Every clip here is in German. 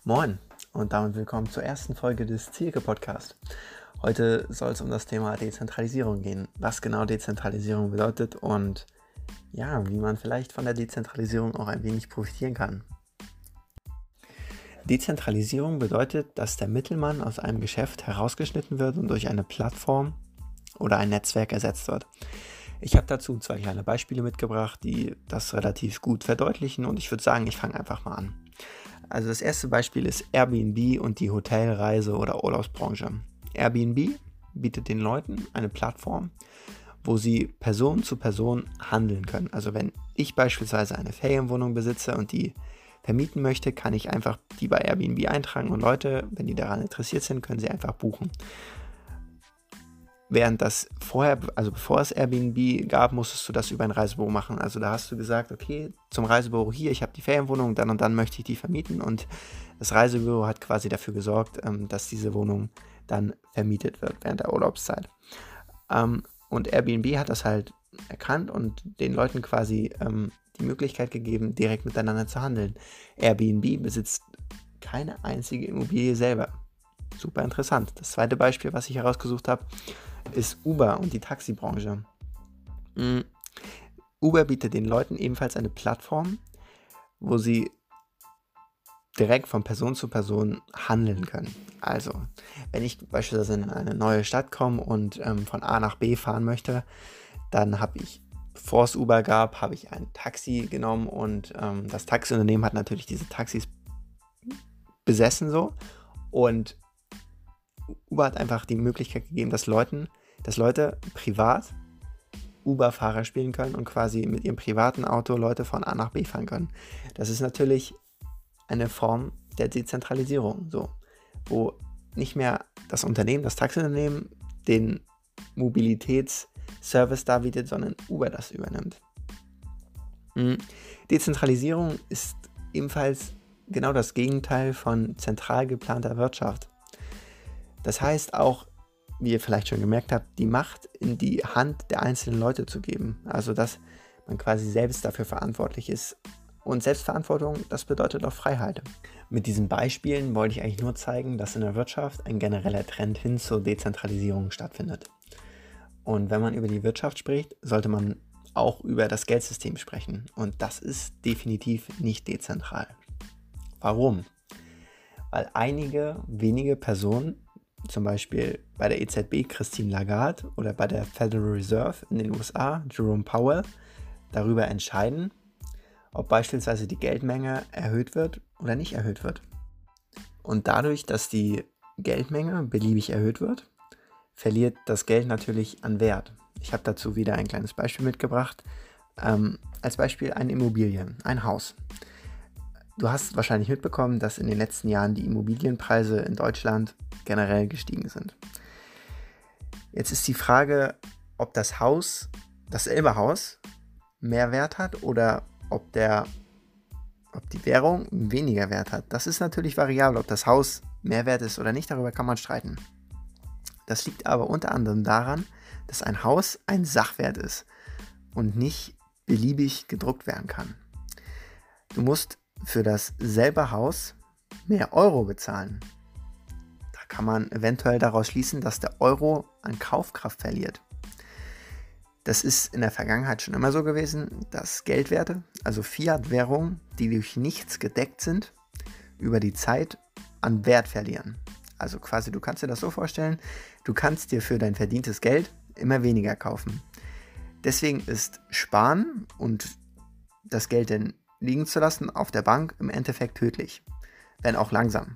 Moin und damit willkommen zur ersten Folge des Zielke Podcast. Heute soll es um das Thema Dezentralisierung gehen, was genau Dezentralisierung bedeutet und ja, wie man vielleicht von der Dezentralisierung auch ein wenig profitieren kann. Dezentralisierung bedeutet, dass der Mittelmann aus einem Geschäft herausgeschnitten wird und durch eine Plattform oder ein Netzwerk ersetzt wird. Ich habe dazu 2 kleine Beispiele mitgebracht, die das relativ gut verdeutlichen und ich würde sagen, ich fange einfach mal an. Also das erste Beispiel ist Airbnb und die Hotelreise- oder Urlaubsbranche. Airbnb bietet den Leuten eine Plattform, wo sie Person zu Person handeln können. Also wenn ich beispielsweise eine Ferienwohnung besitze und die vermieten möchte, kann ich einfach die bei Airbnb eintragen und Leute, wenn die daran interessiert sind, können sie einfach buchen. Während das vorher, also bevor es Airbnb gab, musstest du das über ein Reisebüro machen. Also da hast du gesagt, okay, zum Reisebüro hier, ich habe die Ferienwohnung, dann und dann möchte ich die vermieten. Und das Reisebüro hat quasi dafür gesorgt, dass diese Wohnung dann vermietet wird während der Urlaubszeit. Und Airbnb hat das halt erkannt und den Leuten quasi die Möglichkeit gegeben, direkt miteinander zu handeln. Airbnb besitzt keine einzige Immobilie selber. Super interessant. Das zweite Beispiel, was ich herausgesucht habe, ist Uber und die Taxibranche. Uber bietet den Leuten ebenfalls eine Plattform, wo sie direkt von Person zu Person handeln können. Also, wenn ich beispielsweise in eine neue Stadt komme und von A nach B fahren möchte, dann habe ich, bevor es Uber gab, habe ich ein Taxi genommen und das Taxiunternehmen hat natürlich diese Taxis besessen so und Uber hat einfach die Möglichkeit gegeben, dass Leute privat Uber-Fahrer spielen können und quasi mit ihrem privaten Auto Leute von A nach B fahren können. Das ist natürlich eine Form der Dezentralisierung, so, wo nicht mehr das Unternehmen, das Taxiunternehmen, den Mobilitätsservice darbietet, sondern Uber das übernimmt. Dezentralisierung ist ebenfalls genau das Gegenteil von zentral geplanter Wirtschaft. Das heißt auch, wie ihr vielleicht schon gemerkt habt, die Macht in die Hand der einzelnen Leute zu geben. Also, dass man quasi selbst dafür verantwortlich ist. Und Selbstverantwortung, das bedeutet auch Freiheit. Mit diesen Beispielen wollte ich eigentlich nur zeigen, dass in der Wirtschaft ein genereller Trend hin zur Dezentralisierung stattfindet. Und wenn man über die Wirtschaft spricht, sollte man auch über das Geldsystem sprechen. Und das ist definitiv nicht dezentral. Warum? Weil einige wenige Personen, zum Beispiel bei der EZB Christine Lagarde oder bei der Federal Reserve in den USA Jerome Powell, darüber entscheiden, ob beispielsweise die Geldmenge erhöht wird oder nicht erhöht wird. Und dadurch, dass die Geldmenge beliebig erhöht wird, verliert das Geld natürlich an Wert. Ich habe dazu wieder ein kleines Beispiel mitgebracht. Als Beispiel eine Immobilie, ein Haus. Du hast wahrscheinlich mitbekommen, dass in den letzten Jahren die Immobilienpreise in Deutschland generell gestiegen sind. Jetzt ist die Frage, ob dasselbe Haus mehr Wert hat oder ob die Währung weniger Wert hat. Das ist natürlich variabel, ob das Haus mehr wert ist oder nicht, darüber kann man streiten. Das liegt aber unter anderem daran, dass ein Haus ein Sachwert ist und nicht beliebig gedruckt werden kann. Du musst für dasselbe Haus mehr Euro bezahlen. Da kann man eventuell daraus schließen, dass der Euro an Kaufkraft verliert. Das ist in der Vergangenheit schon immer so gewesen, dass Geldwerte, also Fiat-Währungen, die durch nichts gedeckt sind, über die Zeit an Wert verlieren. Also quasi, du kannst dir das so vorstellen, du kannst dir für dein verdientes Geld immer weniger kaufen. Deswegen ist Sparen und das Geld dann liegen zu lassen auf der Bank im Endeffekt tödlich, wenn auch langsam.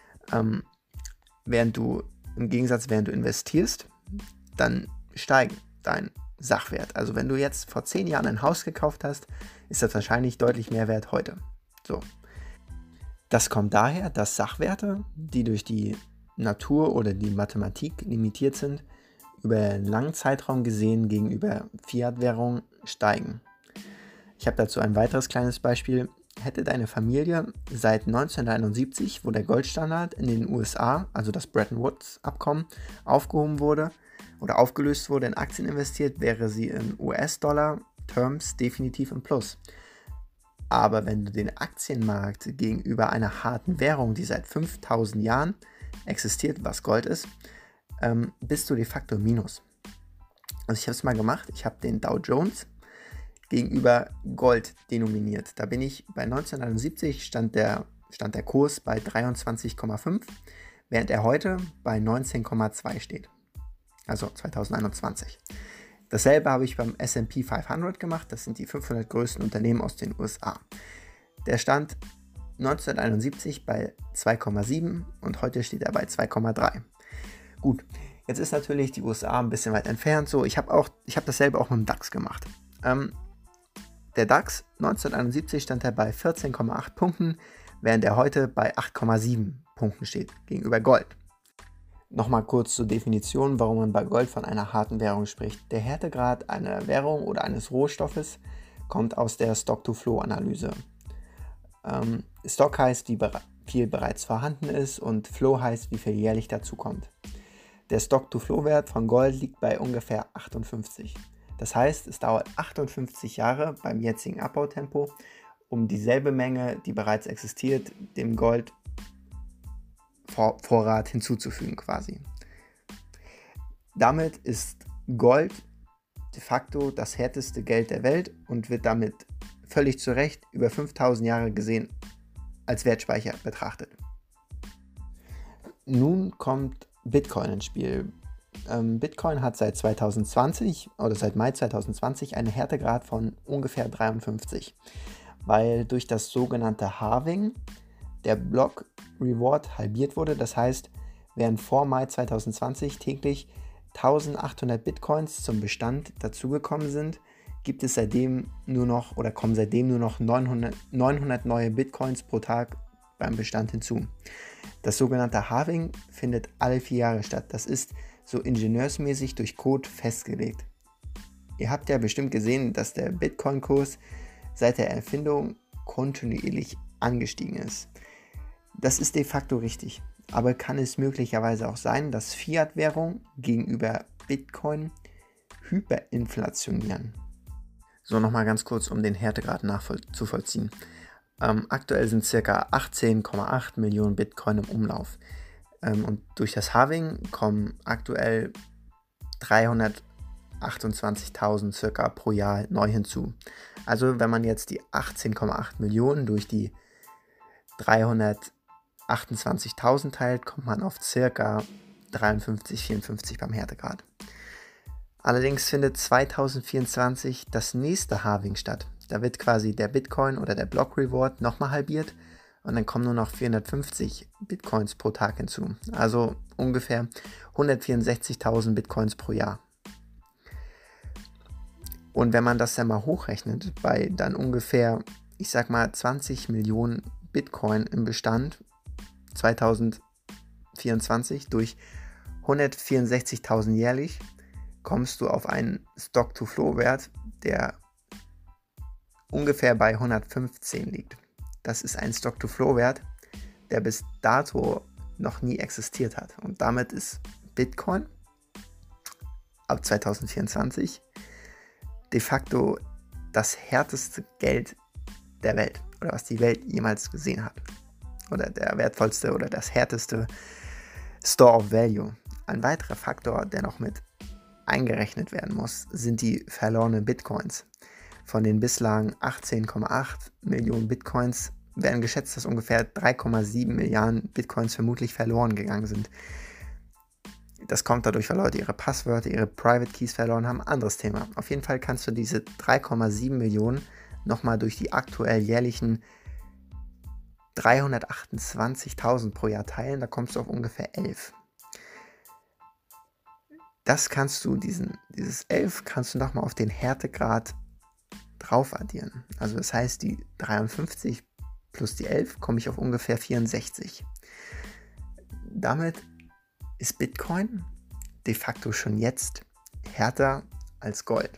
Während du investierst, dann steigt dein Sachwert. Also wenn du jetzt vor 10 Jahren ein Haus gekauft hast, ist das wahrscheinlich deutlich mehr wert heute. So. Das kommt daher, dass Sachwerte, die durch die Natur oder die Mathematik limitiert sind, über einen langen Zeitraum gesehen gegenüber Fiat-Währungen steigen. Ich habe dazu ein weiteres kleines Beispiel. Hätte deine Familie seit 1971, wo der Goldstandard in den USA, also das Bretton Woods-Abkommen, aufgehoben wurde oder aufgelöst wurde, in Aktien investiert, wäre sie in US-Dollar-Terms definitiv im Plus. Aber wenn du den Aktienmarkt gegenüber einer harten Währung, die seit 5000 Jahren existiert, was Gold ist, bist du de facto im Minus. Also ich habe es mal gemacht, ich habe den Dow Jones gegenüber Gold denominiert. Da bin ich bei 1971 stand der Kurs bei 23,5, während er heute bei 19,2 steht. Also 2021. Dasselbe habe ich beim S&P 500 gemacht, das sind die 500 größten Unternehmen aus den USA. Der stand 1971 bei 2,7 und heute steht er bei 2,3. Gut, jetzt ist natürlich die USA ein bisschen weit entfernt. So, ich habe dasselbe auch mit dem DAX gemacht. Der DAX 1971 stand er bei 14,8 Punkten, während er heute bei 8,7 Punkten steht gegenüber Gold. Nochmal kurz zur Definition, warum man bei Gold von einer harten Währung spricht. Der Härtegrad einer Währung oder eines Rohstoffes kommt aus der Stock-to-Flow-Analyse. Stock heißt, wie viel bereits vorhanden ist, und Flow heißt, wie viel jährlich dazukommt. Der Stock-to-Flow-Wert von Gold liegt bei ungefähr 58. Das heißt, es dauert 58 Jahre beim jetzigen Abbautempo, um dieselbe Menge, die bereits existiert, dem Goldvorrat hinzuzufügen quasi. Damit ist Gold de facto das härteste Geld der Welt und wird damit völlig zu Recht über 5000 Jahre gesehen als Wertspeicher betrachtet. Nun kommt Bitcoin ins Spiel. Bitcoin hat seit 2020 oder seit Mai 2020 einen Härtegrad von ungefähr 53, weil durch das sogenannte Halving der Block Reward halbiert wurde. Das heißt, während vor Mai 2020 täglich 1800 Bitcoins zum Bestand dazugekommen sind, kommen seitdem nur noch 900 neue Bitcoins pro Tag beim Bestand hinzu. Das sogenannte Halving findet alle 4 Jahre statt. Das ist so ingenieursmäßig durch Code festgelegt. Ihr habt ja bestimmt gesehen, dass der Bitcoin-Kurs seit der Erfindung kontinuierlich angestiegen ist. Das ist de facto richtig. Aber kann es möglicherweise auch sein, dass Fiat-Währungen gegenüber Bitcoin hyperinflationieren? So, nochmal ganz kurz, um den Härtegrad nachzuvollziehen. Aktuell sind ca. 18,8 Millionen Bitcoin im Umlauf. Und durch das Halving kommen aktuell 328.000 circa pro Jahr neu hinzu. Also wenn man jetzt die 18,8 Millionen durch die 328.000 teilt, kommt man auf circa 53, 54 beim Härtegrad. Allerdings findet 2024 das nächste Halving statt. Da wird quasi der Bitcoin oder der Block Reward nochmal halbiert und dann kommen nur noch 450 Bitcoins pro Tag hinzu. Also ungefähr 164.000 Bitcoins pro Jahr. Und wenn man das dann mal hochrechnet, bei dann ungefähr, 20 Millionen Bitcoin im Bestand 2024 durch 164.000 jährlich, kommst du auf einen Stock-to-Flow-Wert, der ungefähr bei 115 liegt. Das ist ein Stock-to-Flow-Wert, der bis dato noch nie existiert hat. Und damit ist Bitcoin ab 2024 de facto das härteste Geld der Welt oder was die Welt jemals gesehen hat. Oder der wertvollste oder das härteste Store of Value. Ein weiterer Faktor, der noch mit eingerechnet werden muss, sind die verlorenen Bitcoins. Von den bislang 18,8 Millionen Bitcoins werden geschätzt, dass ungefähr 3,7 Milliarden Bitcoins vermutlich verloren gegangen sind. Das kommt dadurch, weil Leute ihre Passwörter, ihre Private Keys verloren haben. Anderes Thema. Auf jeden Fall kannst du diese 3,7 Millionen nochmal durch die aktuell jährlichen 328.000 pro Jahr teilen. Da kommst du auf ungefähr 11. Das kannst du, dieses 11 kannst du nochmal auf den Härtegrad drauf addieren. Also das heißt, die 53 plus die 11 komme ich auf ungefähr 64. Damit ist Bitcoin de facto schon jetzt härter als Gold.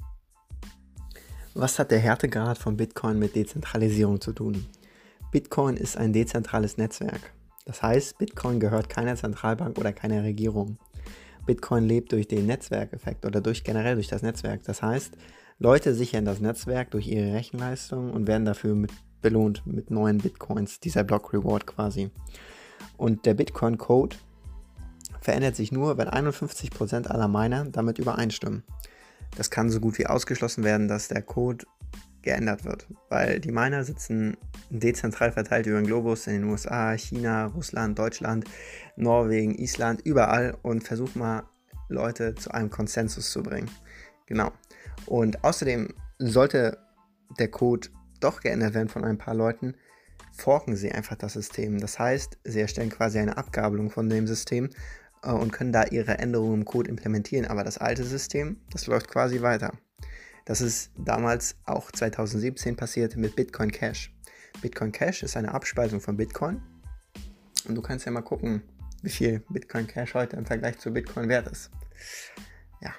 Was hat der Härtegrad von Bitcoin mit Dezentralisierung zu tun? Bitcoin ist ein dezentrales Netzwerk. Das heißt, Bitcoin gehört keiner Zentralbank oder keiner Regierung. Bitcoin lebt durch den Netzwerkeffekt oder generell durch das Netzwerk. Das heißt, Leute sichern das Netzwerk durch ihre Rechenleistung und werden dafür belohnt mit neuen Bitcoins, dieser Block Reward quasi. Und der Bitcoin-Code verändert sich nur, wenn 51% aller Miner damit übereinstimmen. Das kann so gut wie ausgeschlossen werden, dass der Code geändert wird, weil die Miner sitzen dezentral verteilt über den Globus in den USA, China, Russland, Deutschland, Norwegen, Island, überall und versuchen mal Leute zu einem Konsensus zu bringen. Genau. Und außerdem sollte der Code doch geändert werden von ein paar Leuten, forken sie einfach das System. Das heißt, sie erstellen quasi eine Abgabelung von dem System und können da ihre Änderungen im Code implementieren. Aber das alte System, das läuft quasi weiter. Das ist damals auch 2017 passiert mit Bitcoin Cash. Bitcoin Cash ist eine Abspeisung von Bitcoin. Und du kannst ja mal gucken, wie viel Bitcoin Cash heute im Vergleich zu Bitcoin wert ist. Ja.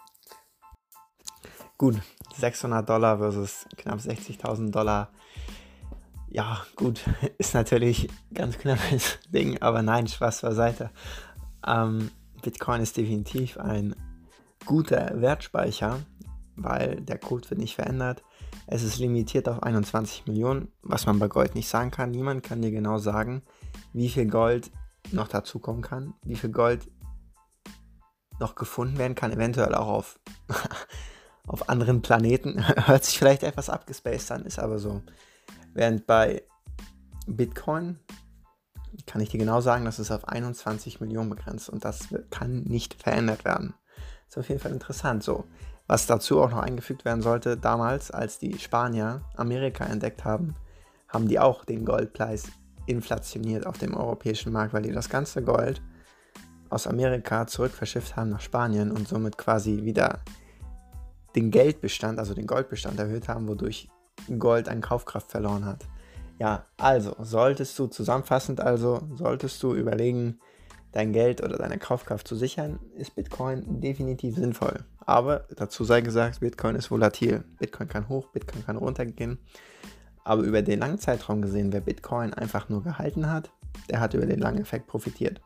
Gut, $600 versus knapp $60.000. Ja, gut, ist natürlich ganz knappes Ding, aber nein, Spaß beiseite. Bitcoin ist definitiv ein guter Wertspeicher, weil der Code wird nicht verändert. Es ist limitiert auf 21 Millionen, was man bei Gold nicht sagen kann. Niemand kann dir genau sagen, wie viel Gold noch dazukommen kann, wie viel Gold noch gefunden werden kann, eventuell auch auf anderen Planeten. Hört sich vielleicht etwas abgespaced an, ist aber so. Während bei Bitcoin kann ich dir genau sagen, das ist auf 21 Millionen begrenzt und das kann nicht verändert werden. Ist auf jeden Fall interessant so. Was dazu auch noch eingefügt werden sollte, damals, als die Spanier Amerika entdeckt haben, haben die auch den Goldpreis inflationiert auf dem europäischen Markt, weil die das ganze Gold aus Amerika zurück verschifft haben nach Spanien und somit quasi wieder den Geldbestand, also den Goldbestand erhöht haben, wodurch Gold an Kaufkraft verloren hat. Ja, also solltest du überlegen, dein Geld oder deine Kaufkraft zu sichern, ist Bitcoin definitiv sinnvoll. Aber dazu sei gesagt, Bitcoin ist volatil. Bitcoin kann hoch, Bitcoin kann runter gehen. Aber über den langen Zeitraum gesehen, wer Bitcoin einfach nur gehalten hat, der hat über den langen Effekt profitiert.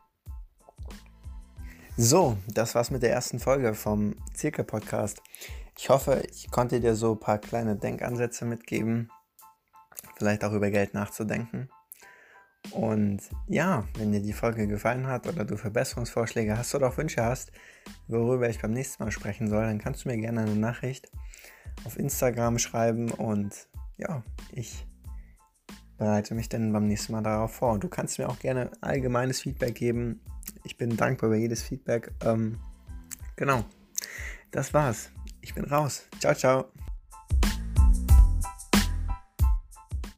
So, das war's mit der ersten Folge vom Zirkel-Podcast. Ich hoffe, ich konnte dir so ein paar kleine Denkansätze mitgeben, vielleicht auch über Geld nachzudenken. Und ja, wenn dir die Folge gefallen hat oder du Verbesserungsvorschläge hast oder auch Wünsche hast, worüber ich beim nächsten Mal sprechen soll, dann kannst du mir gerne eine Nachricht auf Instagram schreiben und ja, ich bereite mich dann beim nächsten Mal darauf vor. Und du kannst mir auch gerne allgemeines Feedback geben. Ich bin dankbar über jedes Feedback. Genau, das war's. Ich bin raus. Ciao, ciao.